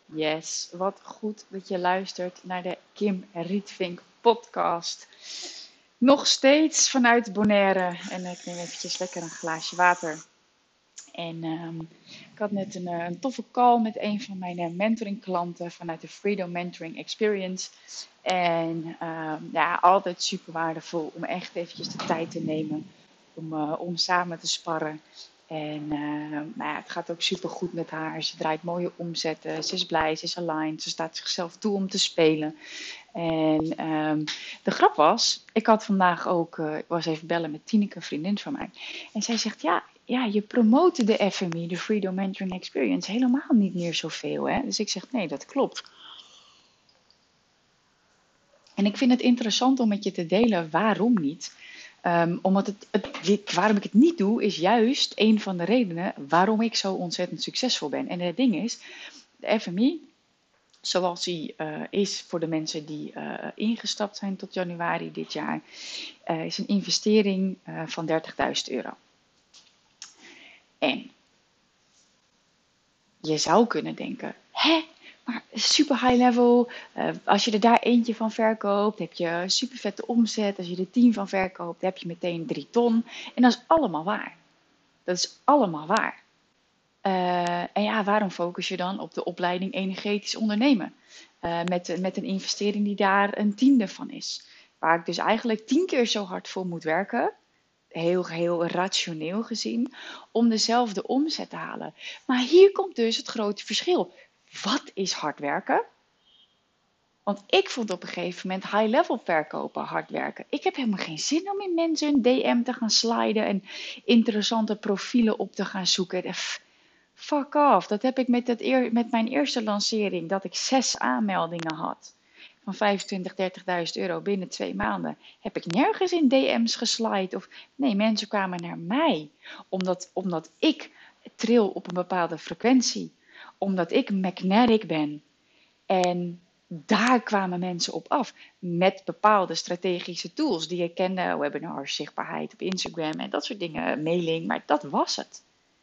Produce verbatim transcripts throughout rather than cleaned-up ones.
Yes, wat goed dat je luistert naar de Kim Rietvink podcast. Nog steeds vanuit Bonaire en ik neem eventjes lekker een glaasje water. En ehm, ik had net een, eh, een toffe call met een van mijn eh, mentoring klanten vanuit de Freedom Mentoring Experience. En ehm, ja, altijd super waardevol om echt eventjes de tijd te nemen om, eh, om samen te sparren. En uh, nou ja, het gaat ook super goed met haar. Ze draait mooie omzetten. Ze is blij, ze is aligned. Ze staat zichzelf toe om te spelen. En um, de grap was, ik had vandaag ook, uh, ik was even bellen met Tineke, een vriendin van mij. En zij zegt, ja, ja, je promote de F M I, de Freedom Mentoring Experience, helemaal niet meer zoveel. Hè? Dus ik zeg, nee, dat klopt. En ik vind het interessant om met je te delen waarom niet. Um, omdat het, het, waarom ik het niet doe, is juist een van de redenen waarom ik zo ontzettend succesvol ben. En het ding is, de F M I, zoals die uh, is voor de mensen die uh, ingestapt zijn tot januari dit jaar, uh, is een investering uh, van dertigduizend euro. En je zou kunnen denken, hè, maar super high level. Uh, als je er daar eentje van verkoopt, heb je super vette omzet. Als je er tien van verkoopt, heb je meteen drie ton. En dat is allemaal waar. Dat is allemaal waar. Uh, en ja, waarom focus je dan op de opleiding energetisch ondernemen? Uh, met, met een investering die daar een tiende van is. Waar ik dus eigenlijk tien keer zo hard voor moet werken. Heel, heel rationeel gezien. Om dezelfde omzet te halen. Maar hier komt dus het grote verschil. Wat is hard werken? Want ik vond op een gegeven moment high-level verkopen hard werken. Ik heb helemaal geen zin om in mensen een D M te gaan sliden. En interessante profielen op te gaan zoeken. Fuck off. Dat heb ik met, het eer, met mijn eerste lancering, dat ik zes aanmeldingen had. Van vijfentwintig, dertigduizend euro binnen twee maanden. Heb ik nergens in D M's geslide. Of nee, mensen kwamen naar mij. Omdat, omdat ik tril op een bepaalde frequentie. Omdat ik magnetic ben. En daar kwamen mensen op af. Met bepaalde strategische tools die ik kende. Webinars, zichtbaarheid op Instagram en dat soort dingen. Mailing, maar dat was het.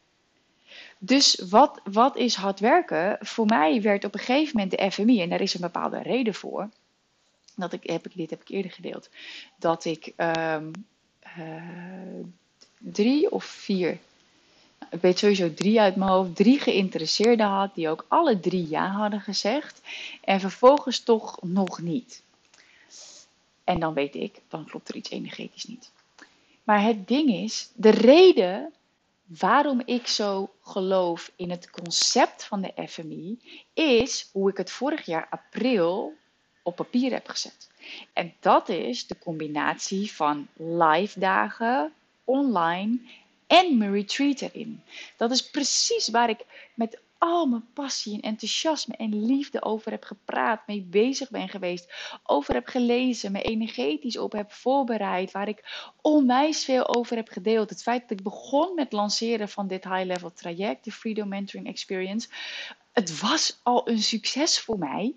Dus wat, wat is hard werken? Voor mij werd op een gegeven moment de F M I, en daar is een bepaalde reden voor. Dat ik, heb ik, dit heb ik eerder gedeeld. Dat ik um, uh, drie of vier, ik weet sowieso drie uit mijn hoofd, drie geïnteresseerden had. Die ook alle drie ja hadden gezegd. En vervolgens toch nog niet. En dan weet ik, dan klopt er iets energetisch niet. Maar het ding is, de reden waarom ik zo geloof in het concept van de F M I, is hoe ik het vorig jaar april op papier heb gezet. En dat is de combinatie van live dagen, online en mijn retreat erin. Dat is precies waar ik met al mijn passie en enthousiasme en liefde over heb gepraat, mee bezig ben geweest, over heb gelezen, me energetisch op heb voorbereid, waar ik onwijs veel over heb gedeeld. Het feit dat ik begon met lanceren van dit high-level traject, de Freedom Mentoring Experience, het was al een succes voor mij,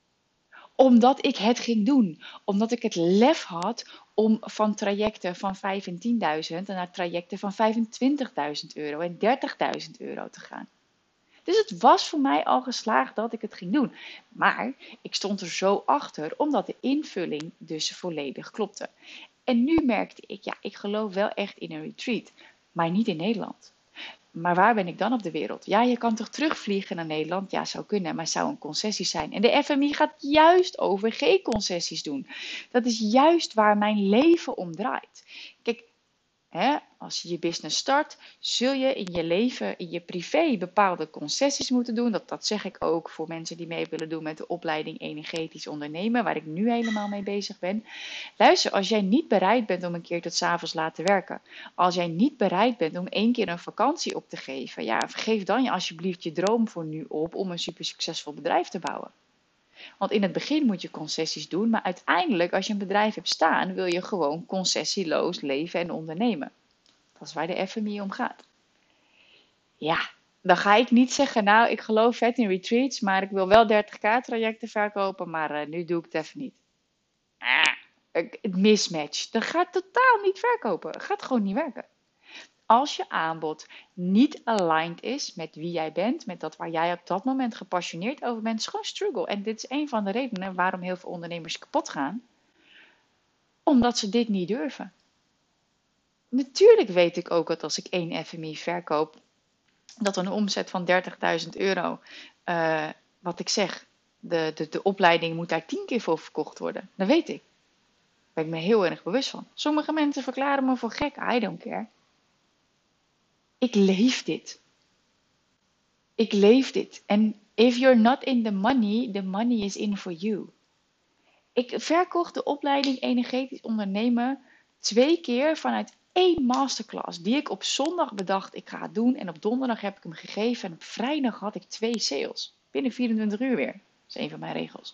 omdat ik het ging doen. Omdat ik het lef had om van trajecten van vijf en tienduizend naar trajecten van vijfentwintigduizend euro en dertigduizend euro te gaan. Dus het was voor mij al geslaagd dat ik het ging doen. Maar ik stond er zo achter, omdat de invulling dus volledig klopte. En nu merkte ik, ja, ik geloof wel echt in een retreat, maar niet in Nederland. Maar waar ben ik dan op de wereld? Ja, je kan toch terugvliegen naar Nederland? Ja, zou kunnen, maar het zou een concessie zijn. En de F M I gaat juist over geen concessies doen. Dat is juist waar mijn leven om draait. Kijk, hè, als je je business start, zul je in je leven, in je privé, bepaalde concessies moeten doen. Dat, dat zeg ik ook voor mensen die mee willen doen met de opleiding energetisch ondernemen, waar ik nu helemaal mee bezig ben. Luister, als jij niet bereid bent om een keer tot 's avonds laat te werken, als jij niet bereid bent om één keer een vakantie op te geven, ja, geef dan je alsjeblieft je droom voor nu op om een super succesvol bedrijf te bouwen. Want in het begin moet je concessies doen, maar uiteindelijk, als je een bedrijf hebt staan, wil je gewoon concessieloos leven en ondernemen. Dat is waar de F M I om gaat. Ja, dan ga ik niet zeggen, nou, ik geloof vet in retreats, maar ik wil wel dertig k trajecten verkopen, maar uh, nu doe ik het even niet. Ah, het mismatch. Dat gaat totaal niet verkopen. Het gaat gewoon niet werken. Als je aanbod niet aligned is met wie jij bent, met dat waar jij op dat moment gepassioneerd over bent, is gewoon struggle. En dit is een van de redenen waarom heel veel ondernemers kapot gaan. Omdat ze dit niet durven. Natuurlijk weet ik ook dat als ik één F M I verkoop, dat een omzet van dertigduizend euro, uh, wat ik zeg, de, de, de opleiding moet daar tien keer voor verkocht worden. Dat weet ik. Daar ben ik me heel erg bewust van. Sommige mensen verklaren me voor gek. I don't care. Ik leef dit. Ik leef dit. En if you're not in the money, the money is in for you. Ik verkocht de opleiding Energetisch Ondernemen twee keer vanuit één masterclass. Die ik op zondag bedacht ik ga het doen. En op donderdag heb ik hem gegeven. En op vrijdag had ik twee sales. Binnen vierentwintig uur weer. Dat is een van mijn regels.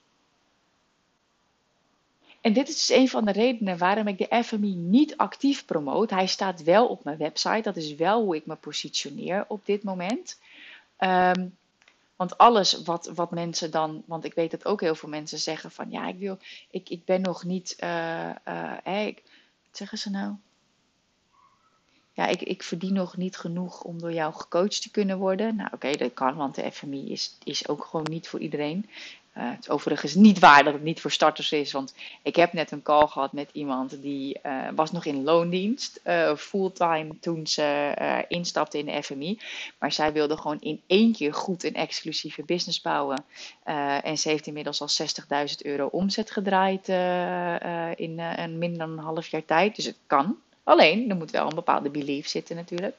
En dit is dus een van de redenen waarom ik de F M I niet actief promoot. Hij staat wel op mijn website. Dat is wel hoe ik me positioneer op dit moment. Um, want alles wat, wat mensen dan, want ik weet dat ook heel veel mensen zeggen van ja, ik wil, ik, ik ben nog niet, uh, uh, ik, wat zeggen ze nou? Ja, ik, ik verdien nog niet genoeg om door jou gecoacht te kunnen worden. Nou oké, okay, dat kan, want de F M I is, is ook gewoon niet voor iedereen. Uh, het is overigens niet waar dat het niet voor starters is, want ik heb net een call gehad met iemand die uh, was nog in loondienst, uh, fulltime toen ze uh, instapte in de F M I. Maar zij wilde gewoon in één keer goed een exclusieve business bouwen. Uh, en ze heeft inmiddels al zestigduizend euro omzet gedraaid uh, uh, in uh, een minder dan een half jaar tijd. Dus het kan. Alleen, er moet wel een bepaalde belief zitten natuurlijk.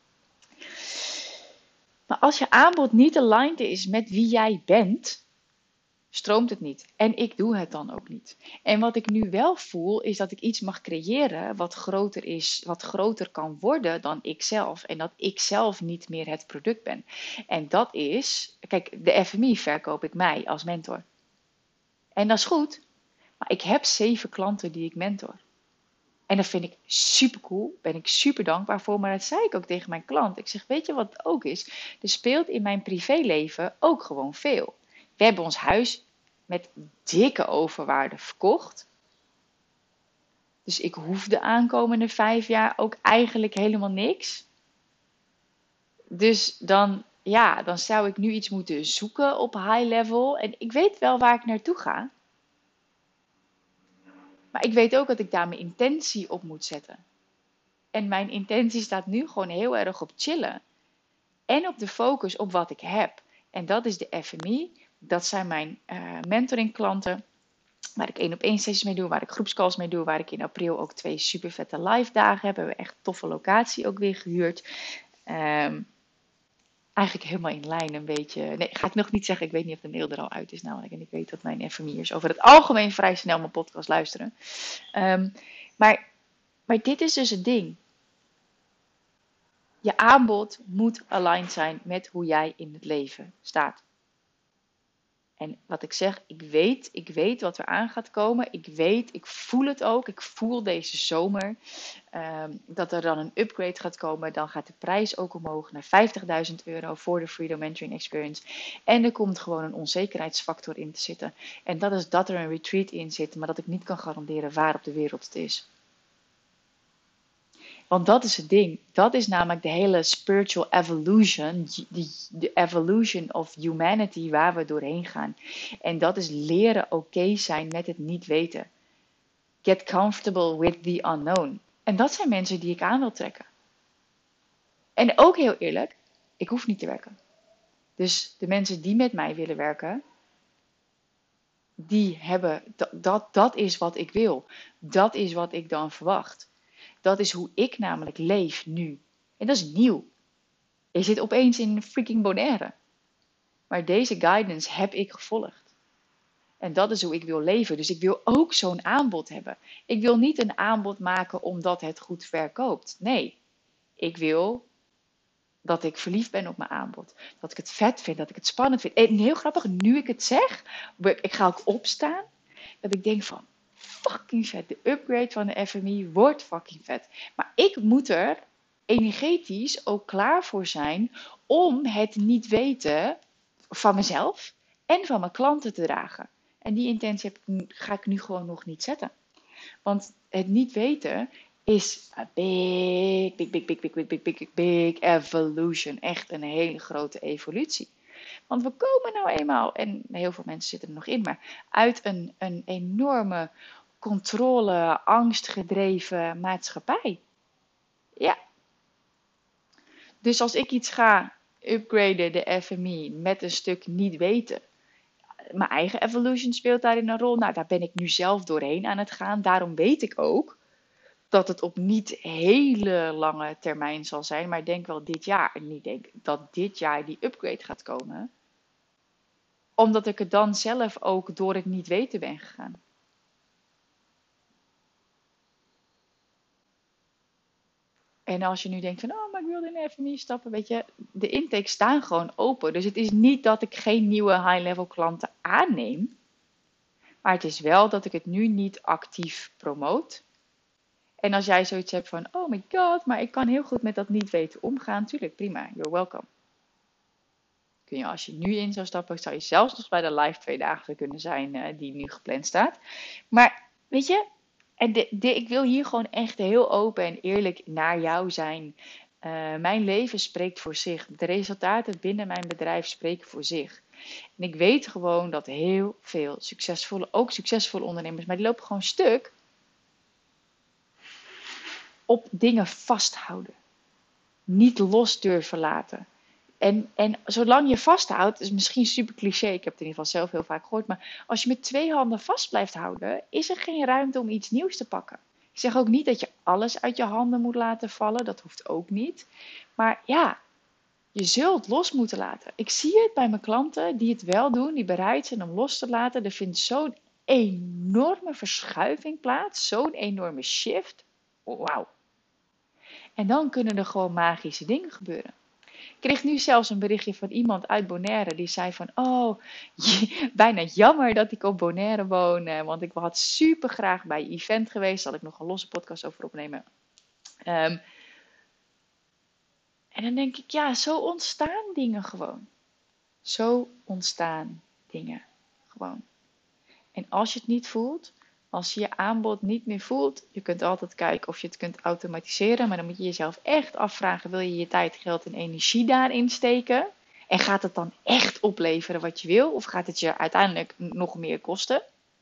Maar als je aanbod niet aligned is met wie jij bent, stroomt het niet. En ik doe het dan ook niet. En wat ik nu wel voel, is dat ik iets mag creëren wat groter is, wat groter kan worden dan ikzelf. En dat ik zelf niet meer het product ben. En dat is, kijk, de F M I verkoop ik mij als mentor. En dat is goed. Maar ik heb zeven klanten die ik mentor. En dat vind ik super cool. Ben ik super dankbaar voor. Maar dat zei ik ook tegen mijn klant. Ik zeg, weet je wat het ook is? Er speelt in mijn privéleven ook gewoon veel. We hebben ons huis met dikke overwaarde verkocht. Dus ik hoef de aankomende vijf jaar ook eigenlijk helemaal niks. Dus dan, ja, dan zou ik nu iets moeten zoeken op high level. En ik weet wel waar ik naartoe ga. Maar ik weet ook dat ik daar mijn intentie op moet zetten. En mijn intentie staat nu gewoon heel erg op chillen. En op de focus op wat ik heb. En dat is de F M I. Dat zijn mijn uh, mentoring klanten. Waar ik één op één sessies mee doe. Waar ik groepscalls mee doe. Waar ik in april ook twee super vette live dagen heb. We hebben echt een toffe locatie ook weer gehuurd. Um, eigenlijk helemaal in lijn een beetje. Nee, ga ik nog niet zeggen. Ik weet niet of de mail er al uit is namelijk. En ik weet dat mijn F M I'ers over het algemeen vrij snel mijn podcast luisteren. Um, maar, maar dit is dus het ding. Je aanbod moet aligned zijn met hoe jij in het leven staat. En wat ik zeg, ik weet, ik weet wat er aan gaat komen. Ik weet, ik voel het ook. Ik voel deze zomer um, dat er dan een upgrade gaat komen. Dan gaat de prijs ook omhoog naar vijftigduizend euro voor de Freedom Mentoring Experience. En er komt gewoon een onzekerheidsfactor in te zitten. En dat is dat er een retreat in zit, maar dat ik niet kan garanderen waar op de wereld het is. Want dat is het ding. Dat is namelijk de hele spiritual evolution. De evolution of humanity waar we doorheen gaan. En dat is leren oké zijn met het niet weten. Get comfortable with the unknown. En dat zijn mensen die ik aan wil trekken. En ook heel eerlijk, ik hoef niet te werken. Dus de mensen die met mij willen werken, die hebben, dat, dat, dat is wat ik wil. Dat is wat ik dan verwacht. Dat is hoe ik namelijk leef nu. En dat is nieuw. Je zit opeens in freaking Bonaire. Maar deze guidance heb ik gevolgd. En dat is hoe ik wil leven. Dus ik wil ook zo'n aanbod hebben. Ik wil niet een aanbod maken omdat het goed verkoopt. Nee. Ik wil dat ik verliefd ben op mijn aanbod. Dat ik het vet vind. Dat ik het spannend vind. En heel grappig, nu ik het zeg. Ik ga ook opstaan. Dat ik denk van, fucking vet. De upgrade van de F M I wordt fucking vet. Maar ik moet er energetisch ook klaar voor zijn om het niet weten van mezelf en van mijn klanten te dragen. En die intentie heb ik, ga ik nu gewoon nog niet zetten. Want het niet weten is a big, big, big, big, big, big, big, big, big, big evolution. Echt een hele grote evolutie. Want we komen nou eenmaal, en heel veel mensen zitten er nog in, maar uit een, een enorme controle, angstgedreven maatschappij. Ja. Dus als ik iets ga upgraden, de F M I, met een stuk niet weten. Mijn eigen evolution speelt daarin een rol. Nou, daar ben ik nu zelf doorheen aan het gaan. Daarom weet ik ook dat het op niet hele lange termijn zal zijn. Maar ik denk wel dit jaar. En ik denk dat dit jaar die upgrade gaat komen. Omdat ik er dan zelf ook door het niet weten ben gegaan. En als je nu denkt van, oh, maar ik wil in de F M I stappen, weet je, de intakes staan gewoon open. Dus het is niet dat ik geen nieuwe high-level klanten aanneem. Maar het is wel dat ik het nu niet actief promoot. En als jij zoiets hebt van, oh my god, maar ik kan heel goed met dat niet weten omgaan. Tuurlijk, prima, you're welcome. Kun je, als je nu in zou stappen, zou je zelfs nog bij de live twee dagen kunnen zijn uh, die nu gepland staat. Maar weet je, en de, de, ik wil hier gewoon echt heel open en eerlijk naar jou zijn. Uh, mijn leven spreekt voor zich. De resultaten binnen mijn bedrijf spreken voor zich. En ik weet gewoon dat heel veel succesvolle, ook succesvolle ondernemers, maar die lopen gewoon stuk op dingen vasthouden. Niet los durven laten. En, en zolang je vasthoudt, is misschien super cliché, ik heb het in ieder geval zelf heel vaak gehoord, maar als je met twee handen vast blijft houden, is er geen ruimte om iets nieuws te pakken. Ik zeg ook niet dat je alles uit je handen moet laten vallen, dat hoeft ook niet. Maar ja, je zult los moeten laten. Ik zie het bij mijn klanten die het wel doen, die bereid zijn om los te laten. Er vindt zo'n enorme verschuiving plaats, zo'n enorme shift. Wauw. En dan kunnen er gewoon magische dingen gebeuren. Ik kreeg nu zelfs een berichtje van iemand uit Bonaire. Die zei van, oh, bijna jammer dat ik op Bonaire woon. Want ik had super graag bij je event geweest. Daar zal ik nog een losse podcast over opnemen. Um, en dan denk ik, ja, zo ontstaan dingen gewoon. Zo ontstaan dingen gewoon. En als je het niet voelt, als je je aanbod niet meer voelt, je kunt altijd kijken of je het kunt automatiseren, maar dan moet je jezelf echt afvragen, wil je je tijd, geld en energie daarin steken? En gaat het dan echt opleveren wat je wil? Of gaat het je uiteindelijk nog meer kosten?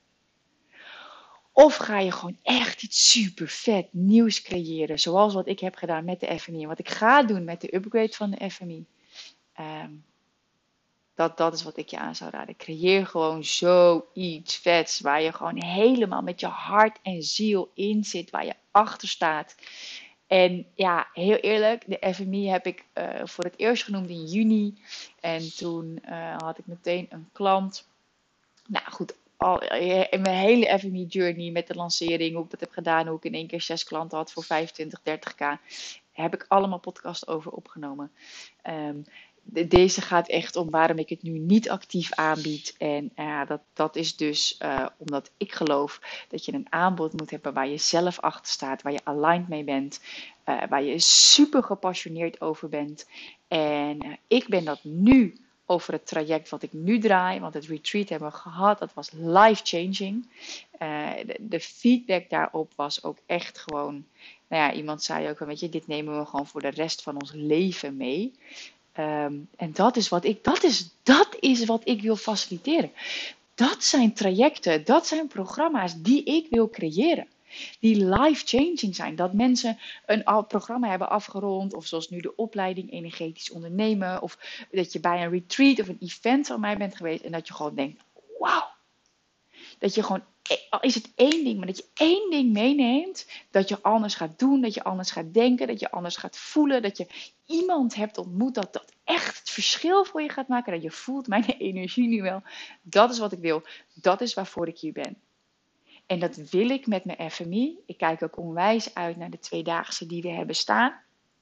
Of ga je gewoon echt iets super vet nieuws creëren, zoals wat ik heb gedaan met de F M I en wat ik ga doen met de upgrade van de F M I. Um, Dat, dat is wat ik je aan zou raden. Creëer gewoon zoiets vets. Waar je gewoon helemaal met je hart en ziel in zit. Waar je achter staat. En ja, heel eerlijk. De F M I heb ik uh, voor het eerst genoemd in juni. En toen uh, had ik meteen een klant. Nou goed. Al in mijn hele F M I journey met de lancering. Hoe ik dat heb gedaan. Hoe ik in één keer zes klanten had voor vijfentwintig, dertig k. Heb ik allemaal podcasts over opgenomen. Um, Deze gaat echt om waarom ik het nu niet actief aanbied. En uh, dat, dat is dus uh, omdat ik geloof dat je een aanbod moet hebben waar je zelf achter staat. Waar je aligned mee bent. Uh, waar je super gepassioneerd over bent. En uh, ik ben dat nu over het traject wat ik nu draai. Want het retreat hebben we gehad. Dat was life-changing. Uh, de, de feedback daarop was ook echt gewoon... Nou ja, iemand zei ook, weet je, dit nemen we gewoon voor de rest van ons leven mee. Um, en dat is, wat ik, dat, is, dat is wat ik wil faciliteren. Dat zijn trajecten, dat zijn programma's die ik wil creëren. Die life-changing zijn. Dat mensen een programma hebben afgerond. Of zoals nu de opleiding energetisch ondernemen. Of dat je bij een retreat of een event van mij bent geweest. En dat je gewoon denkt, wauw. Dat je gewoon, al is het één ding, maar dat je één ding meeneemt. Dat je anders gaat doen, dat je anders gaat denken, dat je anders gaat voelen. Dat je iemand hebt ontmoet dat dat echt het verschil voor je gaat maken. Dat je voelt, mijn energie nu wel. Dat is wat ik wil. Dat is waarvoor ik hier ben. En dat wil ik met mijn F M I. Ik kijk ook onwijs uit naar de tweedaagse die we hebben staan.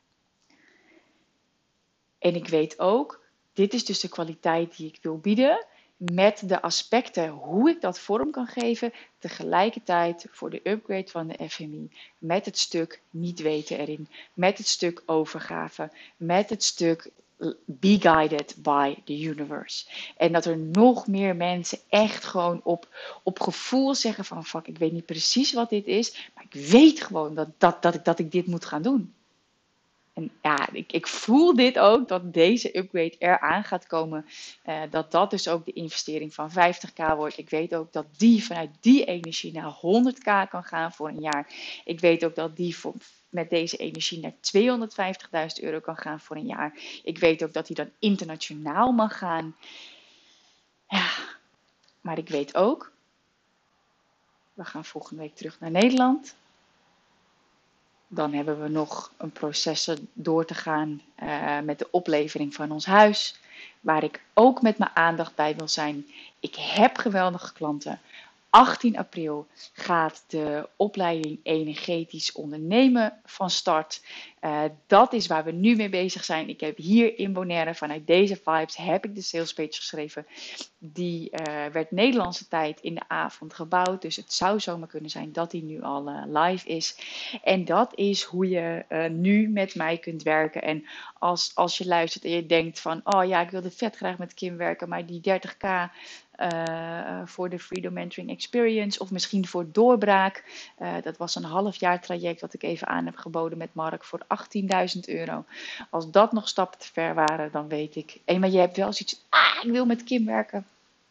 En ik weet ook, dit is dus de kwaliteit die ik wil bieden. Met de aspecten hoe ik dat vorm kan geven. Tegelijkertijd voor de upgrade van de F M I. Met het stuk niet weten erin. Met het stuk overgave. Met het stuk be guided by the universe. En dat er nog meer mensen echt gewoon op, op gevoel zeggen van fuck, ik weet niet precies wat dit is, maar ik weet gewoon dat, dat, dat, ik, dat ik dit moet gaan doen. En ja, ik, ik voel dit ook, dat deze upgrade eraan gaat komen. Uh, dat dat dus ook de investering van vijftig k wordt. Ik weet ook dat die vanuit die energie naar honderd k kan gaan voor een jaar. Ik weet ook dat die voor, met deze energie naar tweehonderdvijftigduizend euro kan gaan voor een jaar. Ik weet ook dat die dan internationaal mag gaan. Ja, maar ik weet ook, we gaan volgende week terug naar Nederland. Dan hebben we nog een proces door te gaan uh, met de oplevering van ons huis. Waar ik ook met mijn aandacht bij wil zijn. Ik heb geweldige klanten. achttien april gaat de opleiding Energetisch Ondernemen van start. Uh, dat is waar we nu mee bezig zijn. Ik heb hier in Bonaire, vanuit deze vibes, heb ik de salespage geschreven. Die uh, werd Nederlandse tijd in de avond gebouwd. Dus het zou zomaar kunnen zijn dat die nu al uh, live is. En dat is hoe je uh, nu met mij kunt werken. En als, als je luistert en je denkt van, oh ja, ik wilde vet graag met Kim werken, maar die dertig k... Uh, voor de Freedom Mentoring Experience of misschien voor doorbraak. Uh, dat was een half jaar traject wat ik even aan heb geboden met Mark voor achttienduizend euro. Als dat nog stappen te ver waren, dan weet ik. Hey, maar je hebt wel zoiets, ah, ik wil met Kim werken.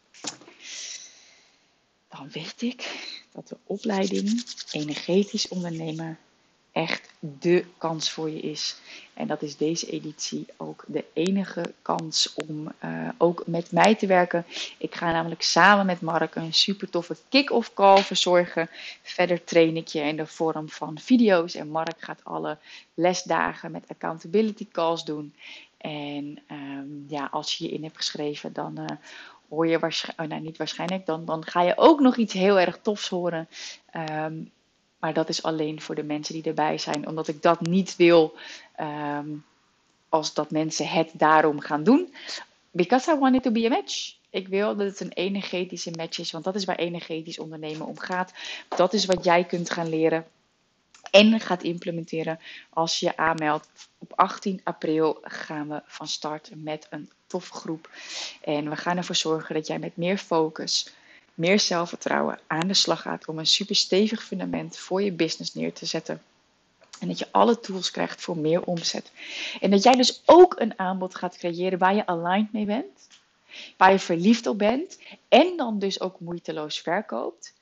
Dan weet ik dat de opleiding Energetisch Ondernemen echt de kans voor je is. En dat is deze editie ook de enige kans om uh, ook met mij te werken. Ik ga namelijk samen met Mark een super toffe kick-off call verzorgen. Verder train ik je in de vorm van video's. En Mark gaat alle lesdagen met accountability calls doen. En um, ja, als je je in hebt geschreven, dan uh, hoor je waarschijnlijk, oh, nou niet waarschijnlijk, dan, dan ga je ook nog iets heel erg tofs horen. Um, Maar dat is alleen voor de mensen die erbij zijn. Omdat ik dat niet wil um, als dat mensen het daarom gaan doen. Because I want it to be a match. Ik wil dat het een energetische match is. Want dat is waar energetisch ondernemen om gaat. Dat is wat jij kunt gaan leren. En gaat implementeren als je je aanmeldt. Op achttien april gaan we van start met een toffe groep. En we gaan ervoor zorgen dat jij met meer focus, meer zelfvertrouwen aan de slag gaat om een super stevig fundament voor je business neer te zetten. En dat je alle tools krijgt voor meer omzet. En dat jij dus ook een aanbod gaat creëren waar je aligned mee bent. Waar je verliefd op bent. En dan dus ook moeiteloos verkoopt.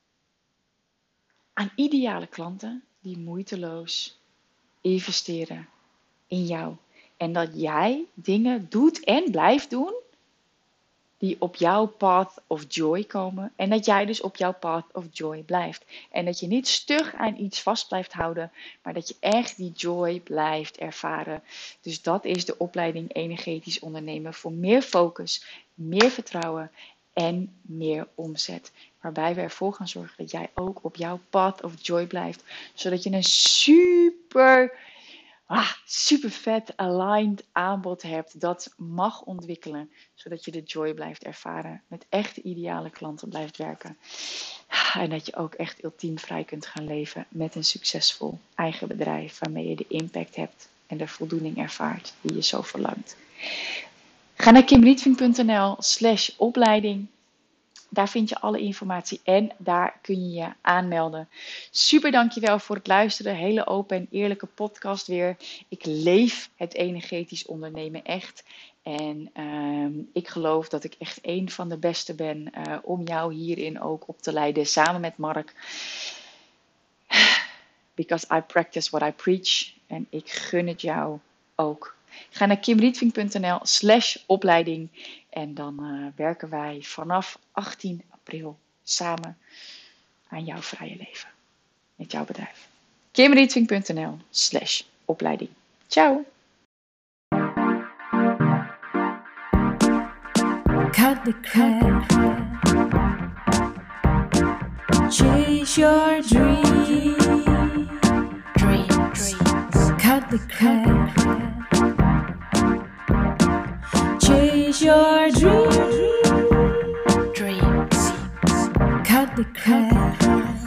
Aan ideale klanten die moeiteloos investeren in jou. En dat jij dingen doet en blijft doen die op jouw path of joy komen. En dat jij dus op jouw path of joy blijft. En dat je niet stug aan iets vast blijft houden. Maar dat je echt die joy blijft ervaren. Dus dat is de opleiding Energetisch Ondernemen. Voor meer focus, meer vertrouwen en meer omzet. Waarbij we ervoor gaan zorgen dat jij ook op jouw path of joy blijft. Zodat je een super... Ah, super vet aligned aanbod hebt dat mag ontwikkelen, zodat je de joy blijft ervaren, met echte ideale klanten blijft werken en dat je ook echt ultiem vrij kunt gaan leven met een succesvol eigen bedrijf waarmee je de impact hebt en de voldoening ervaart die je zo verlangt. Ga naar kimrietvink.nl slash opleiding. Daar vind je alle informatie en daar kun je je aanmelden. Super dankjewel voor het luisteren. Hele open en eerlijke podcast weer. Ik leef het energetisch ondernemen echt. En uh, ik geloof dat ik echt een van de beste ben uh, om jou hierin ook op te leiden. Samen met Mark. Because I practice what I preach. En ik gun het jou ook. Ga naar kimrietvink.nl slash opleiding. En dan uh, werken wij vanaf achttien april samen aan jouw vrije leven. Met jouw bedrijf. kimrietvink.nl slash opleiding. Ciao. Cut the crap. Chase your dream. Dreams. Cut the crap. Chase your dream. Dreams. Cut the crap.